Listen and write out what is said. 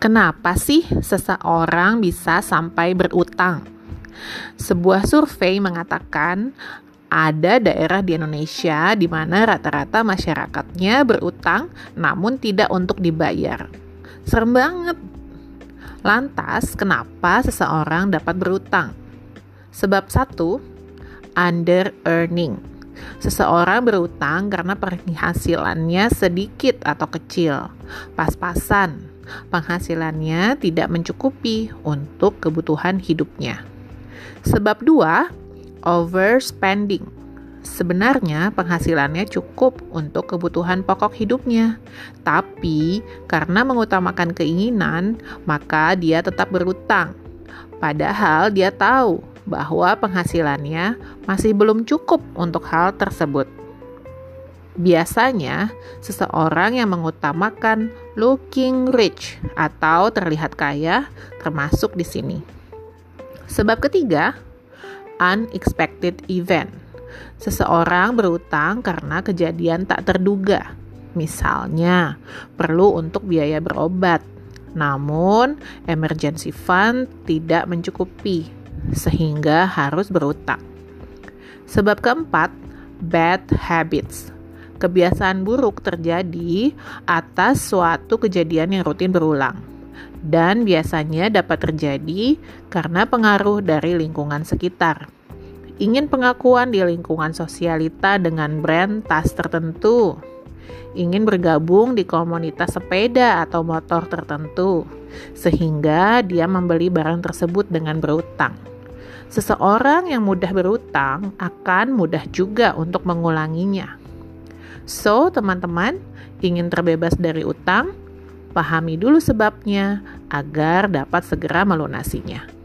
Kenapa sih seseorang bisa sampai berutang? Sebuah survei mengatakan ada daerah di Indonesia di mana rata-rata masyarakatnya berutang namun tidak untuk dibayar. Serem banget. Lantas, kenapa seseorang dapat berutang? Sebab 1, under earning. Seseorang berutang karena penghasilannya sedikit atau kecil, pas-pasan. Penghasilannya tidak mencukupi untuk kebutuhan hidupnya. Sebab 2, overspending. Sebenarnya penghasilannya cukup untuk kebutuhan pokok hidupnya, tapi karena mengutamakan keinginan, maka dia tetap berutang. Padahal dia tahu bahwa penghasilannya masih belum cukup untuk hal tersebut. Biasanya, seseorang yang mengutamakan looking rich atau terlihat kaya termasuk di sini. Sebab ketiga, unexpected event. Seseorang berutang karena kejadian tak terduga. Misalnya, perlu untuk biaya berobat, namun emergency fund tidak mencukupi, sehingga harus berutang. Sebab keempat, bad habits. Kebiasaan buruk terjadi atas suatu kejadian yang rutin berulang, dan biasanya dapat terjadi karena pengaruh dari lingkungan sekitar. Ingin pengakuan di lingkungan sosialita dengan brand tas tertentu, ingin bergabung di komunitas sepeda atau motor tertentu, sehingga dia membeli barang tersebut dengan berutang. Seseorang yang mudah berutang akan mudah juga untuk mengulanginya. So, teman-teman, ingin terbebas dari utang? Pahami dulu sebabnya agar dapat segera melunasinya.